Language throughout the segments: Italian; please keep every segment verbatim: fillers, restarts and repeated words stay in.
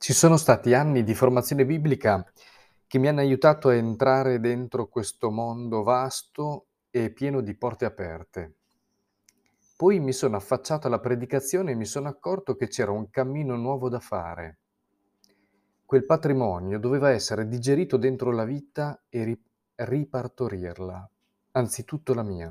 Ci sono stati anni di formazione biblica che mi hanno aiutato a entrare dentro questo mondo vasto e pieno di porte aperte. Poi mi sono affacciato alla predicazione e mi sono accorto che c'era un cammino nuovo da fare. Quel patrimonio doveva essere digerito dentro la vita e ri- ripartorirla, anzitutto la mia.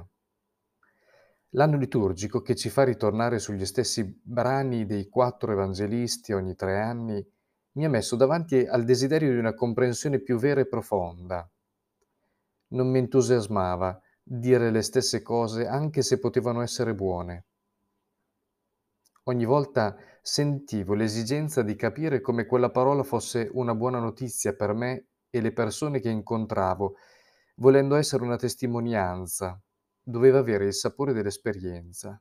L'anno liturgico, che ci fa ritornare sugli stessi brani dei quattro evangelisti ogni tre anni, mi ha messo davanti al desiderio di una comprensione più vera e profonda. Non mi entusiasmava dire le stesse cose anche se potevano essere buone. Ogni volta sentivo l'esigenza di capire come quella parola fosse una buona notizia per me e le persone che incontravo, volendo essere una testimonianza, doveva avere il sapore dell'esperienza.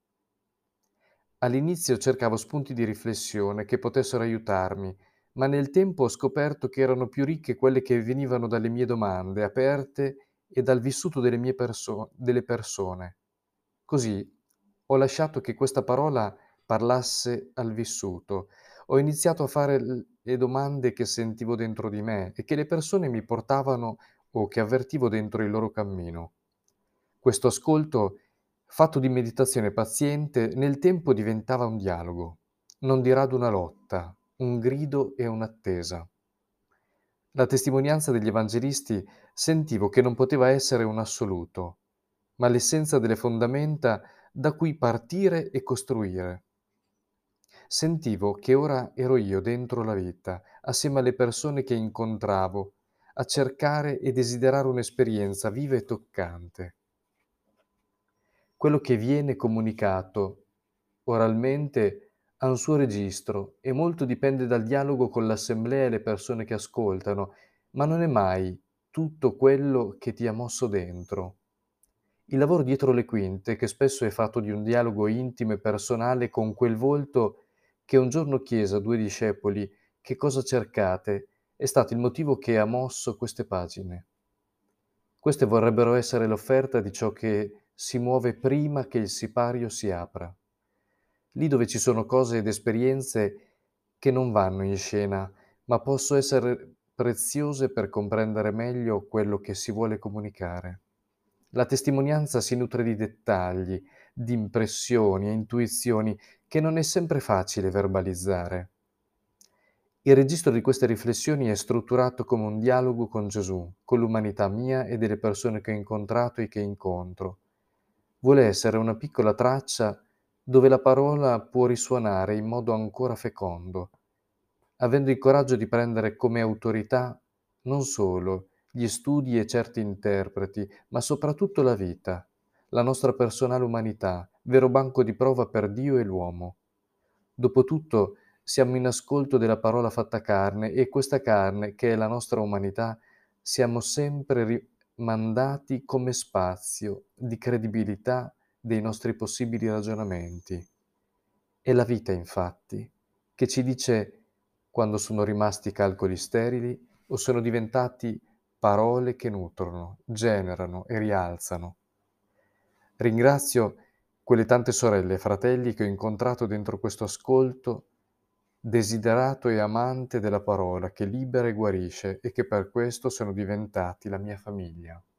All'inizio cercavo spunti di riflessione che potessero aiutarmi, ma nel tempo ho scoperto che erano più ricche quelle che venivano dalle mie domande aperte e dal vissuto delle mie perso- delle persone. Così ho lasciato che questa parola parlasse al vissuto. Ho iniziato a fare l- le domande che sentivo dentro di me e che le persone mi portavano o che avvertivo dentro il loro cammino. Questo ascolto, fatto di meditazione paziente, nel tempo diventava un dialogo, non di rado una lotta, un grido e un'attesa. La testimonianza degli evangelisti sentivo che non poteva essere un assoluto, ma l'essenza delle fondamenta da cui partire e costruire. Sentivo che ora ero io dentro la vita, assieme alle persone che incontravo, a cercare e desiderare un'esperienza viva e toccante. Quello che viene comunicato oralmente ha un suo registro e molto dipende dal dialogo con l'assemblea e le persone che ascoltano, ma non è mai tutto quello che ti ha mosso dentro. Il lavoro dietro le quinte, che spesso è fatto di un dialogo intimo e personale con quel volto che un giorno chiese a due discepoli che cosa cercate, è stato il motivo che ha mosso queste pagine. Queste vorrebbero essere l'offerta di ciò che si muove prima che il sipario si apra. Lì dove ci sono cose ed esperienze che non vanno in scena, ma possono essere preziose per comprendere meglio quello che si vuole comunicare. La testimonianza si nutre di dettagli, di impressioni e intuizioni che non è sempre facile verbalizzare. Il registro di queste riflessioni è strutturato come un dialogo con Gesù, con l'umanità mia e delle persone che ho incontrato e che incontro. Vuole essere una piccola traccia dove la parola può risuonare in modo ancora fecondo, avendo il coraggio di prendere come autorità non solo gli studi e certi interpreti, ma soprattutto la vita, la nostra personale umanità, vero banco di prova per Dio e l'uomo. Dopotutto siamo in ascolto della parola fatta carne e questa carne, che è la nostra umanità, siamo sempre rimandati come spazio di credibilità dei nostri possibili ragionamenti. È la vita, infatti, che ci dice quando sono rimasti calcoli sterili o sono diventati parole che nutrono, generano e rialzano. Ringrazio quelle tante sorelle e fratelli che ho incontrato dentro questo ascolto desiderato e amante della parola che libera e guarisce e che per questo sono diventati la mia famiglia.